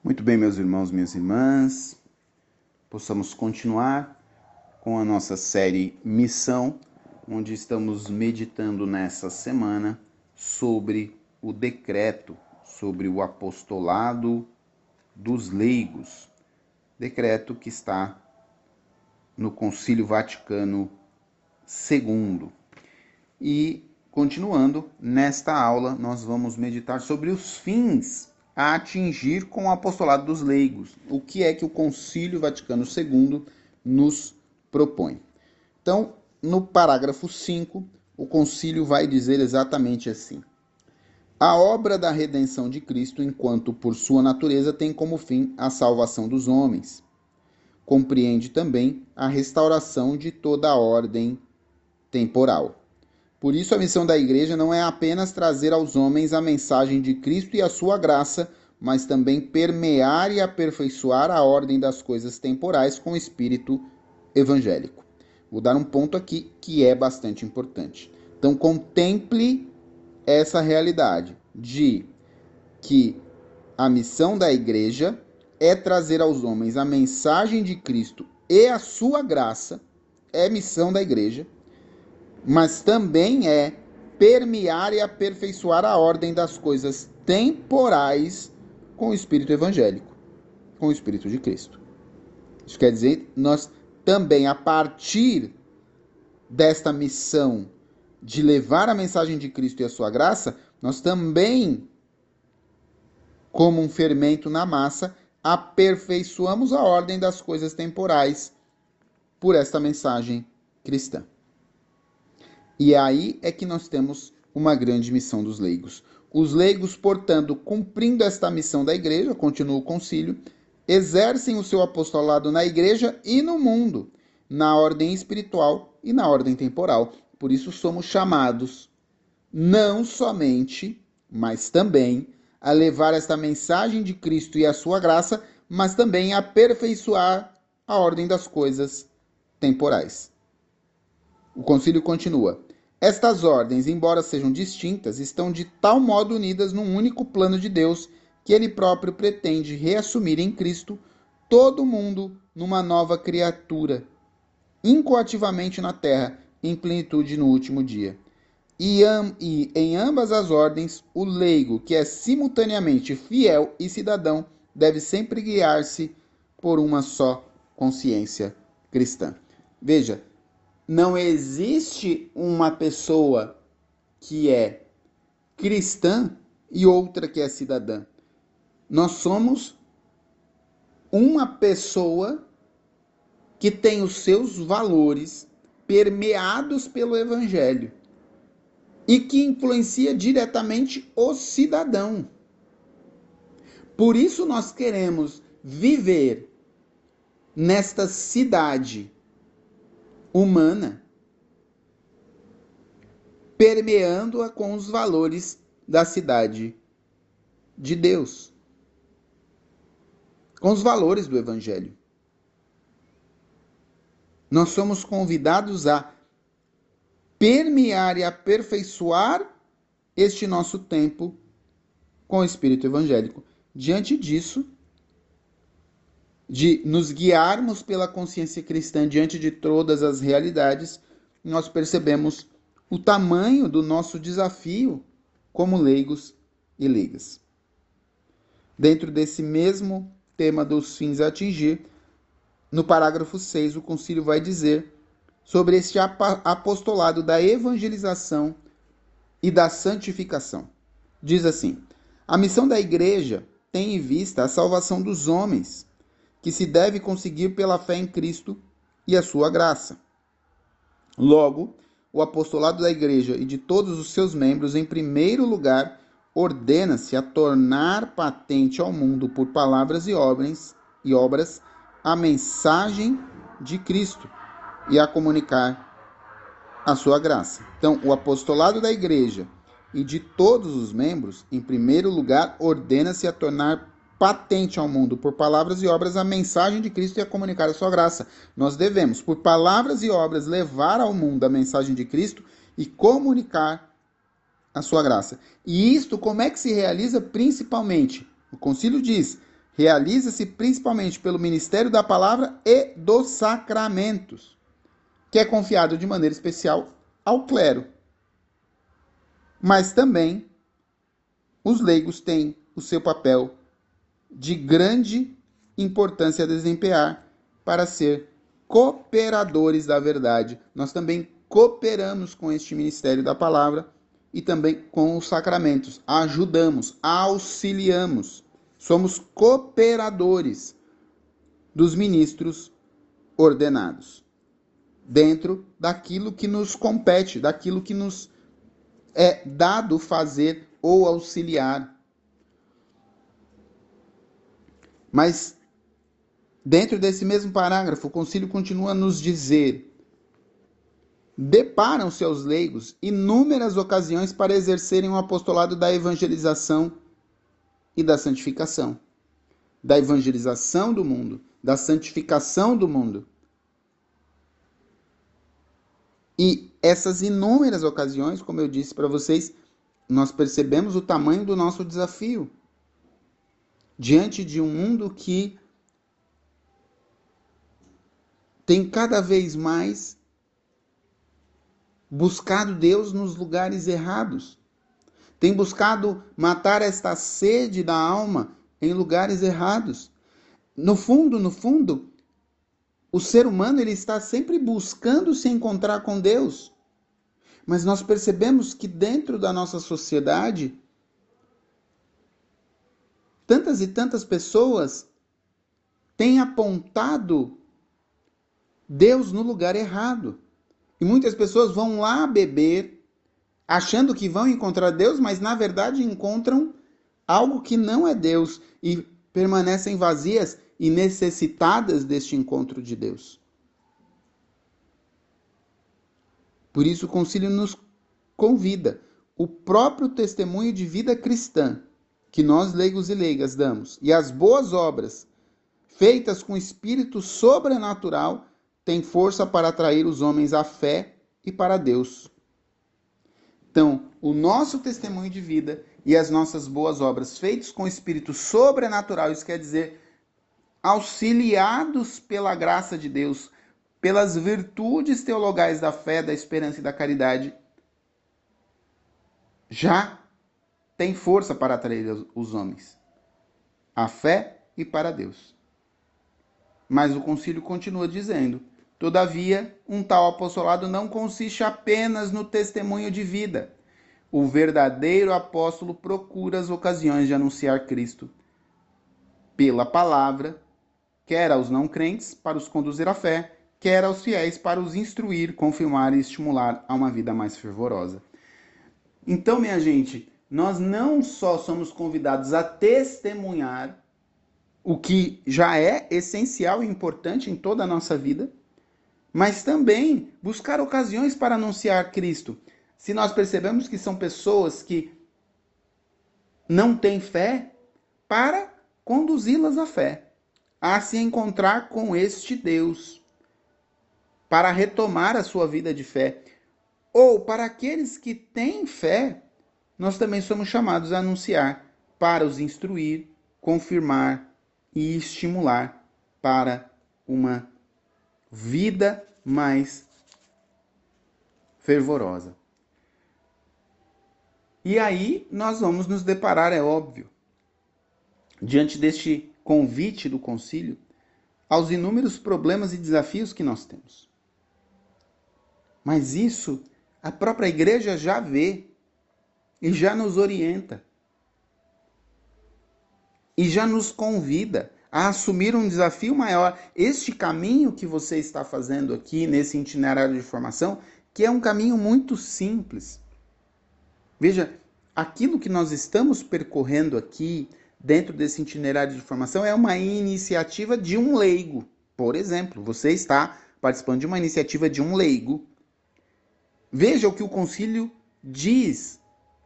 Muito bem, meus irmãos, minhas irmãs, possamos continuar com a nossa série Missão, onde estamos meditando nessa semana sobre o decreto, sobre o apostolado dos leigos, decreto que está no Concílio Vaticano II. E, continuando, nesta aula nós vamos meditar sobre os fins a atingir com o apostolado dos leigos. O que é que o Concílio Vaticano II nos propõe? Então, no parágrafo 5, o concílio vai dizer exatamente assim: a obra da redenção de Cristo, enquanto por sua natureza tem como fim a salvação dos homens, compreende também a restauração de toda a ordem temporal. Por isso, a missão da Igreja não é apenas trazer aos homens a mensagem de Cristo e a sua graça, mas também permear e aperfeiçoar a ordem das coisas temporais com o espírito evangélico. Vou dar um ponto aqui que é bastante importante. Então, contemple essa realidade de que a missão da Igreja é trazer aos homens a mensagem de Cristo e a sua graça, é missão da Igreja, mas também é permear e aperfeiçoar a ordem das coisas temporais com o espírito evangélico, com o espírito de Cristo. Isso quer dizer, nós também, a partir desta missão de levar a mensagem de Cristo e a sua graça, nós também, como um fermento na massa, aperfeiçoamos a ordem das coisas temporais por esta mensagem cristã. E aí é que nós temos uma grande missão dos leigos. Os leigos, portanto, cumprindo esta missão da igreja, continua o concílio, exercem o seu apostolado na igreja e no mundo, na ordem espiritual e na ordem temporal. Por isso somos chamados não somente, mas também, a levar esta mensagem de Cristo e a sua graça, mas também a aperfeiçoar a ordem das coisas temporais. O concílio continua: estas ordens, embora sejam distintas, estão de tal modo unidas num único plano de Deus que ele próprio pretende reassumir em Cristo todo mundo numa nova criatura, incoativamente na terra, em plenitude no último dia. E em ambas as ordens, o leigo, que é simultaneamente fiel e cidadão, deve sempre guiar-se por uma só consciência cristã. Veja, não existe uma pessoa que é cristã e outra que é cidadã. Nós somos uma pessoa que tem os seus valores permeados pelo Evangelho e que influencia diretamente o cidadão. Por isso nós queremos viver nesta cidade humana, permeando-a com os valores da cidade de Deus, com os valores do Evangelho. Nós somos convidados a permear e aperfeiçoar este nosso tempo com o espírito evangélico. Diante disso, de nos guiarmos pela consciência cristã diante de todas as realidades, nós percebemos o tamanho do nosso desafio como leigos e leigas. Dentro desse mesmo tema dos fins a atingir, no parágrafo 6, o concílio vai dizer sobre este apostolado da evangelização e da santificação. Diz assim: a missão da igreja tem em vista a salvação dos homens, que se deve conseguir pela fé em Cristo e a sua graça. Logo, o apostolado da igreja e de todos os seus membros, em primeiro lugar, ordena-se a tornar patente ao mundo por palavras e obras a mensagem de Cristo e a comunicar a sua graça. Então, o apostolado da igreja e de todos os membros, em primeiro lugar, ordena-se a tornar patente ao mundo por palavras e obras a mensagem de Cristo e a comunicar a sua graça. Nós devemos, por palavras e obras, levar ao mundo a mensagem de Cristo e comunicar a sua graça. E isto como é que se realiza? Principalmente, o concílio diz, realiza-se principalmente pelo ministério da palavra e dos sacramentos, que é confiado de maneira especial ao clero. Mas também os leigos têm o seu papel de grande importância a desempenhar para ser cooperadores da verdade. Nós também cooperamos com este ministério da palavra e também com os sacramentos. Ajudamos, auxiliamos. Somos cooperadores dos ministros ordenados, dentro daquilo que nos compete, daquilo que nos é dado fazer ou auxiliar. Mas, dentro desse mesmo parágrafo, o concílio continua a nos dizer: deparam-se aos leigos inúmeras ocasiões para exercerem o apostolado da evangelização e da santificação. Da evangelização do mundo, da santificação do mundo. E essas inúmeras ocasiões, como eu disse para vocês, nós percebemos o tamanho do nosso desafio. Diante de um mundo que tem cada vez mais buscado Deus nos lugares errados. Tem buscado matar esta sede da alma em lugares errados. No fundo, o ser humano ele está sempre buscando se encontrar com Deus. Mas nós percebemos que dentro da nossa sociedade, tantas e tantas pessoas têm apontado Deus no lugar errado. E muitas pessoas vão lá beber, achando que vão encontrar Deus, mas na verdade encontram algo que não é Deus e permanecem vazias e necessitadas deste encontro de Deus. Por isso o concílio nos convida, o próprio testemunho de vida cristã que nós leigos e leigas damos, e as boas obras feitas com espírito sobrenatural têm força para atrair os homens à fé e para Deus. Então, o nosso testemunho de vida e as nossas boas obras feitas com espírito sobrenatural, isso quer dizer auxiliados pela graça de Deus, pelas virtudes teologais da fé, da esperança e da caridade, já tem força para atrair os homens à fé e para Deus. Mas o concílio continua dizendo: todavia, um tal apostolado não consiste apenas no testemunho de vida. O verdadeiro apóstolo procura as ocasiões de anunciar Cristo pela palavra, quer aos não crentes para os conduzir à fé, quer aos fiéis para os instruir, confirmar e estimular a uma vida mais fervorosa. Então, minha gente, nós não só somos convidados a testemunhar, o que já é essencial e importante em toda a nossa vida, mas também buscar ocasiões para anunciar Cristo. Se nós percebemos que são pessoas que não têm fé, para conduzi-las à fé, a se encontrar com este Deus, para retomar a sua vida de fé. Ou para aqueles que têm fé, nós também somos chamados a anunciar, para os instruir, confirmar e estimular para uma vida mais fervorosa. E aí nós vamos nos deparar, é óbvio, diante deste convite do concílio, aos inúmeros problemas e desafios que nós temos. Mas isso a própria igreja já vê e já nos orienta. E já nos convida a assumir um desafio maior. Este caminho que você está fazendo aqui nesse itinerário de formação, que é um caminho muito simples. Veja, aquilo que nós estamos percorrendo aqui, dentro desse itinerário de formação, é uma iniciativa de um leigo. Por exemplo, você está participando de uma iniciativa de um leigo. Veja o que o concílio diz.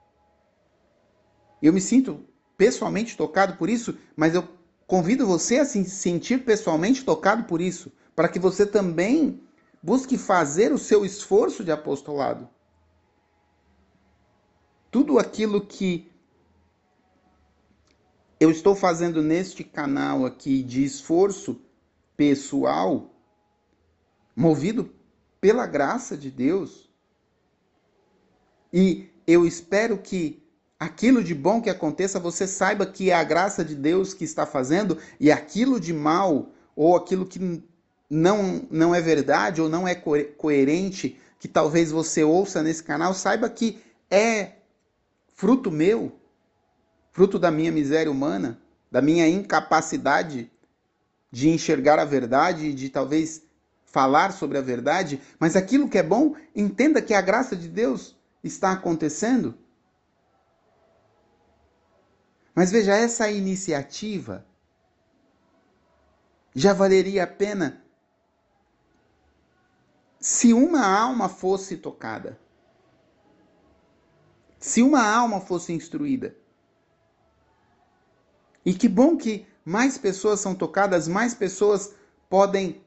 Eu me sinto pessoalmente tocado por isso, mas eu convido você a se sentir pessoalmente tocado por isso, para que você também busque fazer o seu esforço de apostolado. Tudo aquilo que eu estou fazendo neste canal aqui de esforço pessoal, movido pela graça de Deus. E eu espero que aquilo de bom que aconteça, você saiba que é a graça de Deus que está fazendo, e aquilo de mal, ou aquilo que não é verdade, ou não é coerente, que talvez você ouça nesse canal, saiba que é fruto meu, fruto da minha miséria humana, da minha incapacidade de enxergar a verdade e de talvez falar sobre a verdade, mas aquilo que é bom, entenda que a graça de Deus está acontecendo. Mas veja, essa iniciativa já valeria a pena se uma alma fosse tocada, se uma alma fosse instruída. E que bom que mais pessoas são tocadas, mais pessoas podem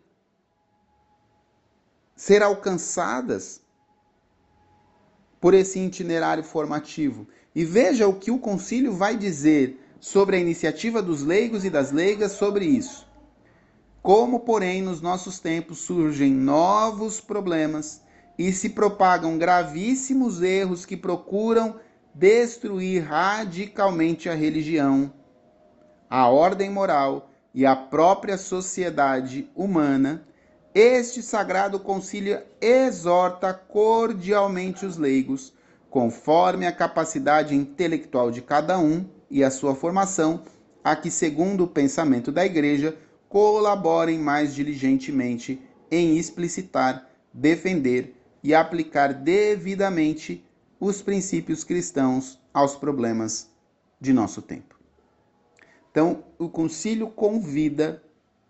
ser alcançadas por esse itinerário formativo. E veja o que o concílio vai dizer sobre a iniciativa dos leigos e das leigas sobre isso. Como, porém, nos nossos tempos surgem novos problemas e se propagam gravíssimos erros que procuram destruir radicalmente a religião, a ordem moral e a própria sociedade humana, este sagrado concílio exorta cordialmente os leigos, conforme a capacidade intelectual de cada um e a sua formação, a que, segundo o pensamento da Igreja, colaborem mais diligentemente em explicitar, defender e aplicar devidamente os princípios cristãos aos problemas de nosso tempo. Então, o concílio convida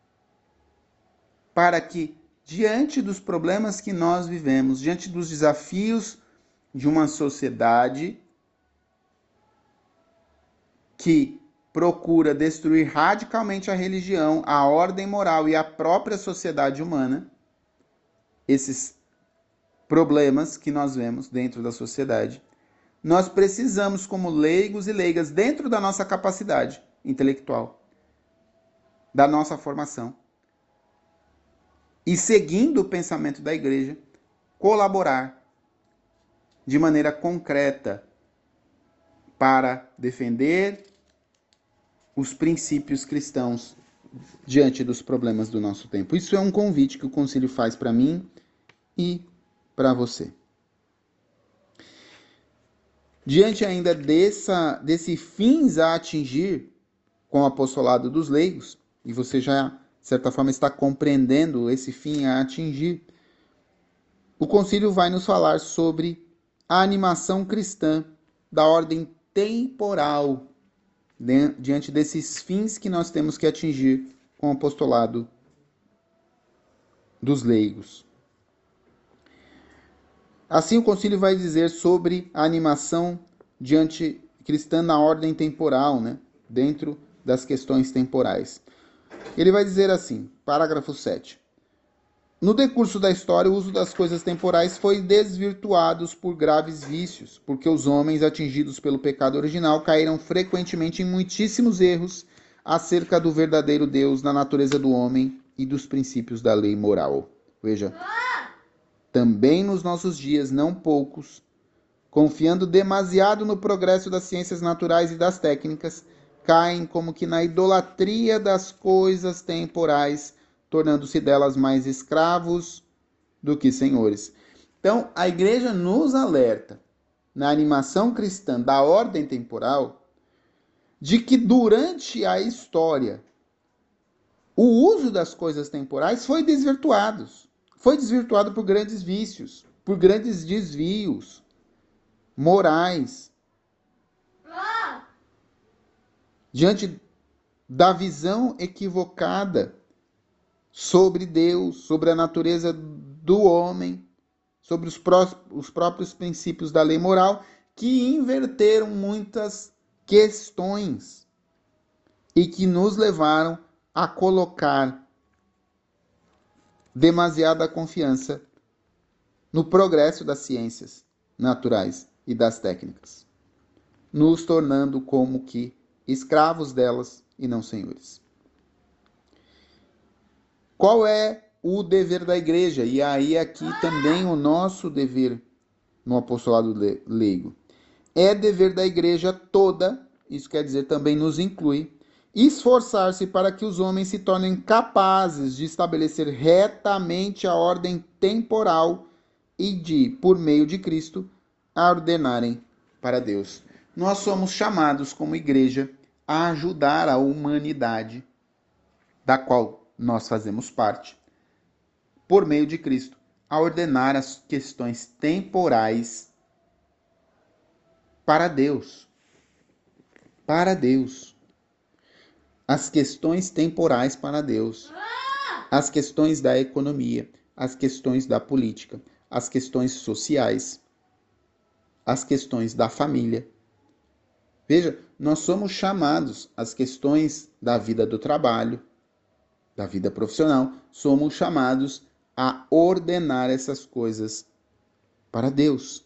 para que, diante dos problemas que nós vivemos, diante dos desafios de uma sociedade que procura destruir radicalmente a religião, a ordem moral e a própria sociedade humana, esses problemas que nós vemos dentro da sociedade, nós precisamos, como leigos e leigas, dentro da nossa capacidade intelectual, da nossa formação, e seguindo o pensamento da Igreja, colaborar de maneira concreta para defender os princípios cristãos diante dos problemas do nosso tempo. Isso é um convite que o concílio faz para mim e para você. Diante ainda desse fins a atingir com o apostolado dos leigos, e você já, de certa forma, está compreendendo esse fim a atingir, o concílio vai nos falar sobre a animação cristã da ordem temporal, diante desses fins que nós temos que atingir com o apostolado dos leigos. Assim, o concílio vai dizer sobre a animação cristã na ordem temporal, dentro das questões temporais. Ele vai dizer assim, parágrafo 7. No decurso da história, o uso das coisas temporais foi desvirtuado por graves vícios, porque os homens atingidos pelo pecado original caíram frequentemente em muitíssimos erros acerca do verdadeiro Deus, da natureza do homem e dos princípios da lei moral. Veja, também nos nossos dias, não poucos, confiando demasiado no progresso das ciências naturais e das técnicas, caem como que na idolatria das coisas temporais, tornando-se delas mais escravos do que senhores. Então, a Igreja nos alerta, na animação cristã da ordem temporal, de que durante a história, o uso das coisas temporais foi desvirtuado. Foi desvirtuado por grandes vícios, por grandes desvios morais. Diante da visão equivocada sobre Deus, sobre a natureza do homem, sobre os próprios princípios da lei moral, que inverteram muitas questões e que nos levaram a colocar demasiada confiança no progresso das ciências naturais e das técnicas, nos tornando como que escravos delas e não senhores. Qual é o dever da igreja? E aí aqui também o nosso dever no apostolado leigo. É dever da igreja toda, isso quer dizer também nos inclui, esforçar-se para que os homens se tornem capazes de estabelecer retamente a ordem temporal e de, por meio de Cristo, a ordenarem para Deus. Nós somos chamados como igreja a ajudar a humanidade, da qual nós fazemos parte, por meio de Cristo, a ordenar as questões temporais para Deus. Para Deus. As questões temporais para Deus. As questões da economia, as questões da política, as questões sociais, as questões da família. Veja, nós somos chamados às questões da vida do trabalho, da vida profissional, somos chamados a ordenar essas coisas para Deus.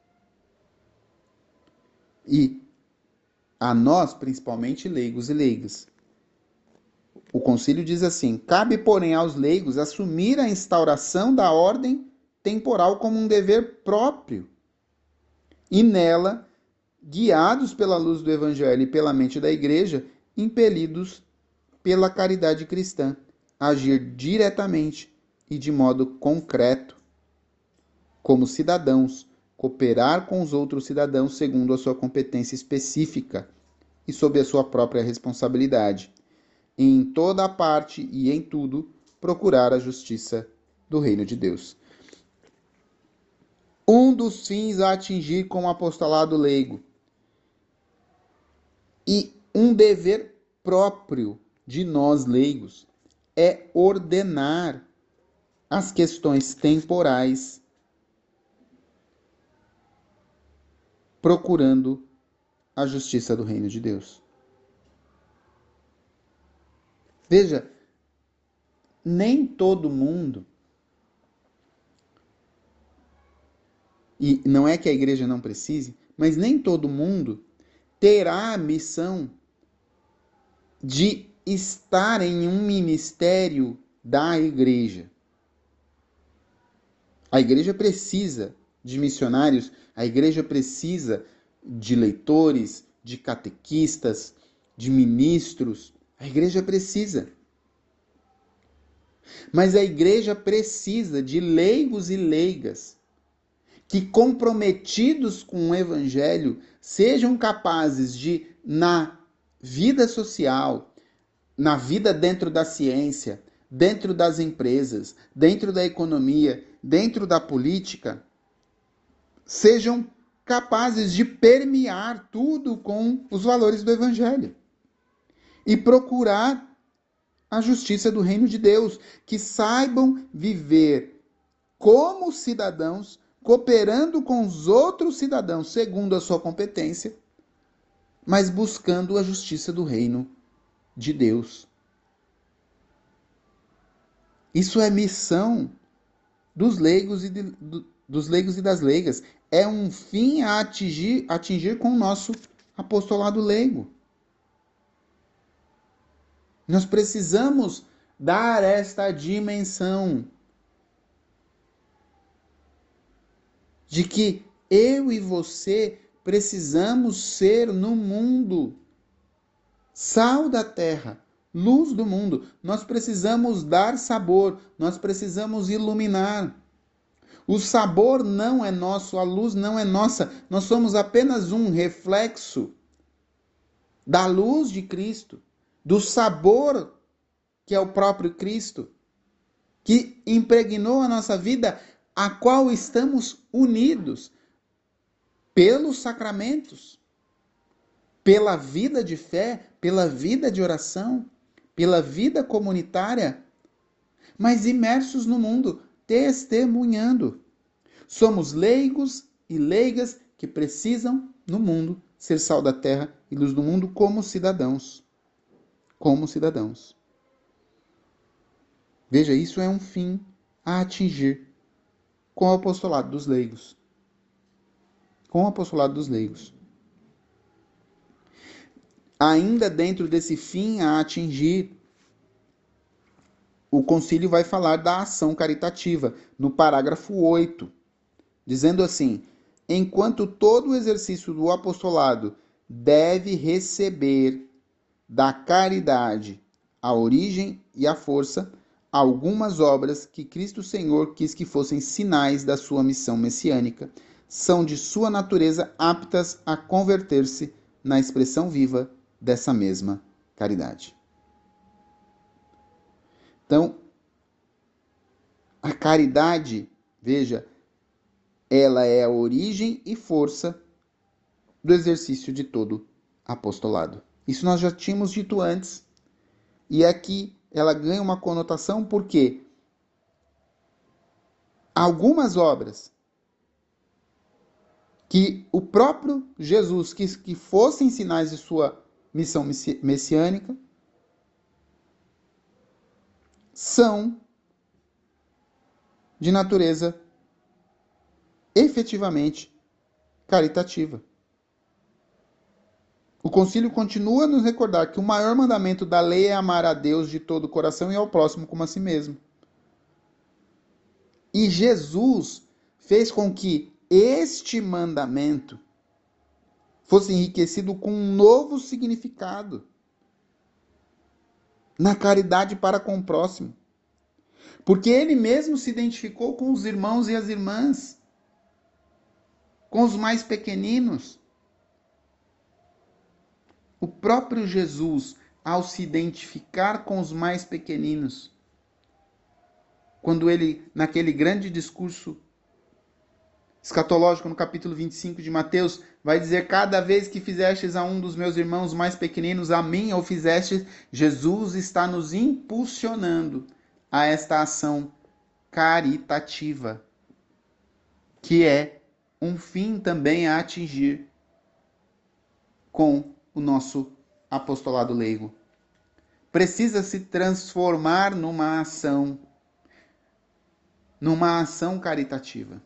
E a nós, principalmente leigos e leigas. O concílio diz assim: cabe, porém, aos leigos assumir a instauração da ordem temporal como um dever próprio, e nela, guiados pela luz do Evangelho e pela mente da Igreja, impelidos pela caridade cristã, agir diretamente e de modo concreto, como cidadãos, cooperar com os outros cidadãos segundo a sua competência específica e sob a sua própria responsabilidade, e em toda a parte e em tudo procurar a justiça do reino de Deus. Um dos fins a atingir com o apostolado leigo e um dever próprio de nós leigos é ordenar as questões temporais, procurando a justiça do reino de Deus. Veja, nem todo mundo, e não é que a igreja não precise, mas nem todo mundo terá a missão de estar em um ministério da igreja. A igreja precisa de missionários, a igreja precisa de leitores, de catequistas, de ministros. A igreja precisa. Mas a igreja precisa de leigos e leigas que, comprometidos com o evangelho, sejam capazes de, na vida social, na vida dentro da ciência, dentro das empresas, dentro da economia, dentro da política, sejam capazes de permear tudo com os valores do evangelho e procurar a justiça do reino de Deus, que saibam viver como cidadãos, cooperando com os outros cidadãos segundo a sua competência, mas buscando a justiça do reino de Deus. Isso é missão dos leigos e das leigas. É um fim a atingir com o nosso apostolado leigo. Nós precisamos dar esta dimensão de que eu e você precisamos ser no mundo sal da terra, luz do mundo. Nós precisamos dar sabor, nós precisamos iluminar. O sabor não é nosso, a luz não é nossa. Nós somos apenas um reflexo da luz de Cristo, do sabor que é o próprio Cristo, que impregnou a nossa vida, a qual estamos unidos pelos sacramentos, pela vida de fé, pela vida de oração, pela vida comunitária, mas imersos no mundo, testemunhando. Somos leigos e leigas que precisam, no mundo, ser sal da terra e luz do mundo como cidadãos. Como cidadãos. Veja, isso é um fim a atingir com o apostolado dos leigos. Com o apostolado dos leigos. ainda dentro desse fim a atingir, o concílio vai falar da ação caritativa, no parágrafo 8, dizendo assim: enquanto todo o exercício do apostolado deve receber da caridade a origem e a força, algumas obras que Cristo Senhor quis que fossem sinais da sua missão messiânica são de sua natureza aptas a converter-se na expressão viva dessa mesma caridade. Então, a caridade, veja, ela é a origem e força do exercício de todo apostolado. Isso nós já tínhamos dito antes. E aqui ela ganha uma conotação porque algumas obras que o próprio Jesus quis que fossem sinais de sua missão messiânica são de natureza efetivamente caritativa. O concílio continua a nos recordar que o maior mandamento da lei é amar a Deus de todo o coração e ao próximo como a si mesmo. E Jesus fez com que este mandamento fosse enriquecido com um novo significado na caridade para com o próximo. Porque ele mesmo se identificou com os irmãos e as irmãs, com os mais pequeninos. O próprio Jesus, ao se identificar com os mais pequeninos, quando ele, naquele grande discurso escatológico no capítulo 25 de Mateus, vai dizer: cada vez que fizestes a um dos meus irmãos mais pequeninos, a mim o fizestes, Jesus está nos impulsionando a esta ação caritativa, que é um fim também a atingir com o nosso apostolado leigo. Precisa se transformar numa ação caritativa.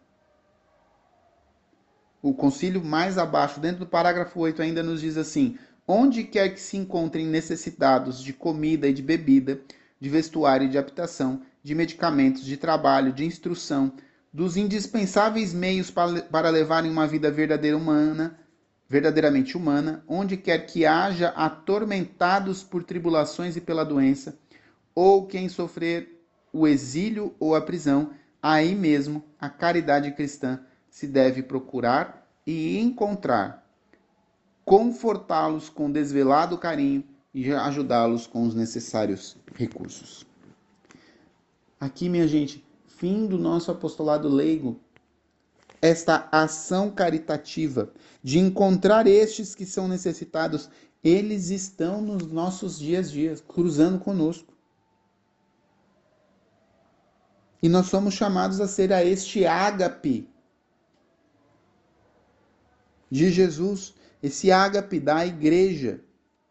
O concílio mais abaixo, dentro do parágrafo 8, ainda nos diz assim: onde quer que se encontrem necessitados de comida e de bebida, de vestuário e de habitação, de medicamentos, de trabalho, de instrução, dos indispensáveis meios para levarem uma vida verdadeiramente humana, onde quer que haja atormentados por tribulações e pela doença, ou quem sofrer o exílio ou a prisão, aí mesmo a caridade cristã se deve procurar e encontrar, confortá-los com desvelado carinho e ajudá-los com os necessários recursos. Aqui, minha gente, fim do nosso apostolado leigo, esta ação caritativa de encontrar estes que são necessitados, eles estão nos nossos dias a dias, cruzando conosco. E nós somos chamados a ser a este ágape de Jesus, esse ágape da igreja,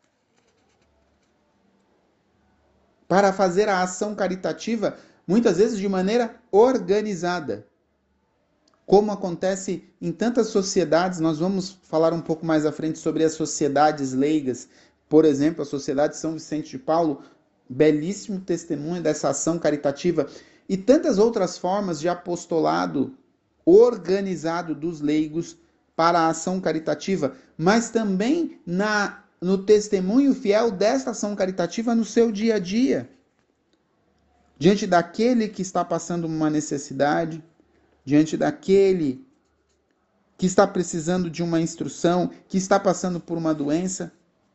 para fazer a ação caritativa, muitas vezes de maneira organizada. Como acontece em tantas sociedades, nós vamos falar um pouco mais à frente sobre as sociedades leigas. Por exemplo, a Sociedade São Vicente de Paulo, belíssimo testemunho dessa ação caritativa, e tantas outras formas de apostolado organizado dos leigos para a ação caritativa, mas também no testemunho fiel desta ação caritativa no seu dia a dia. Diante daquele que está passando uma necessidade, diante daquele que está precisando de uma instrução, que está passando por uma doença.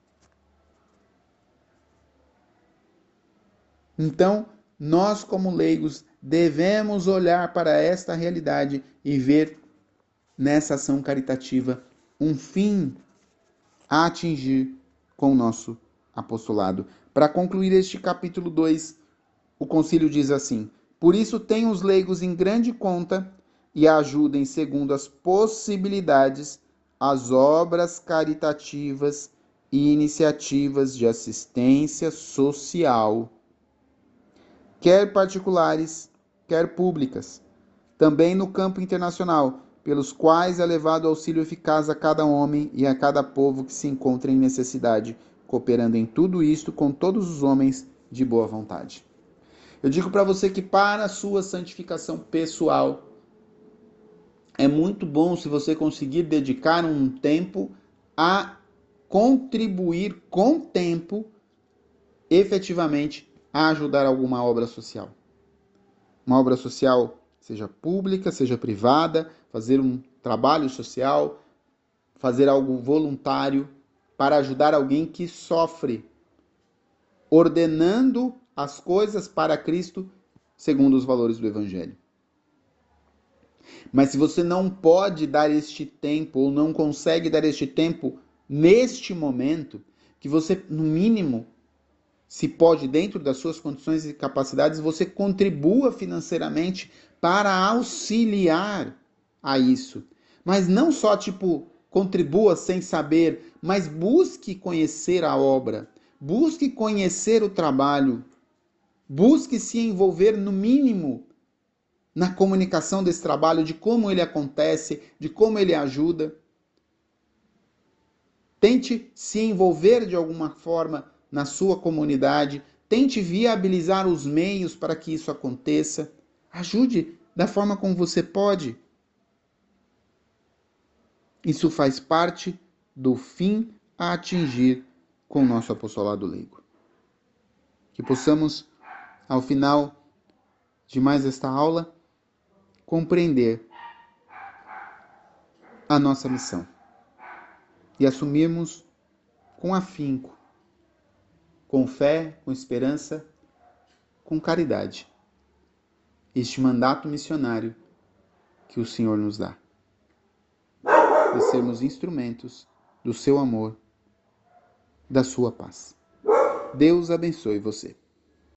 Então, nós como leigos devemos olhar para esta realidade e ver nessa ação caritativa um fim a atingir com o nosso apostolado. Para concluir este capítulo 2, o concílio diz assim: por isso tenham os leigos em grande conta e ajudem segundo as possibilidades as obras caritativas e iniciativas de assistência social, quer particulares, quer públicas, também no campo internacional, pelos quais é levado auxílio eficaz a cada homem e a cada povo que se encontra em necessidade, cooperando em tudo isto com todos os homens de boa vontade. Eu digo para você que para a sua santificação pessoal, é muito bom se você conseguir dedicar um tempo a contribuir com tempo, efetivamente, a ajudar alguma obra social. Uma obra social, seja pública, seja privada, fazer um trabalho social, fazer algo voluntário para ajudar alguém que sofre, ordenando as coisas para Cristo segundo os valores do Evangelho. Mas se você não pode dar este tempo, ou não consegue dar este tempo neste momento, que você, no mínimo, se pode, dentro das suas condições e capacidades, você contribua financeiramente para auxiliar a isso. Mas não só, contribua sem saber, mas busque conhecer a obra, busque conhecer o trabalho, busque se envolver, no mínimo, na comunicação desse trabalho, de como ele acontece, de como ele ajuda. Tente se envolver de alguma forma na sua comunidade, tente viabilizar os meios para que isso aconteça. Ajude da forma como você pode. Isso faz parte do fim a atingir com o nosso apostolado leigo. Que possamos, ao final de mais esta aula, compreender a nossa missão e assumirmos com afinco, com fé, com esperança, com caridade, este mandato missionário que o Senhor nos dá, de sermos instrumentos do seu amor, da sua paz. Deus abençoe você.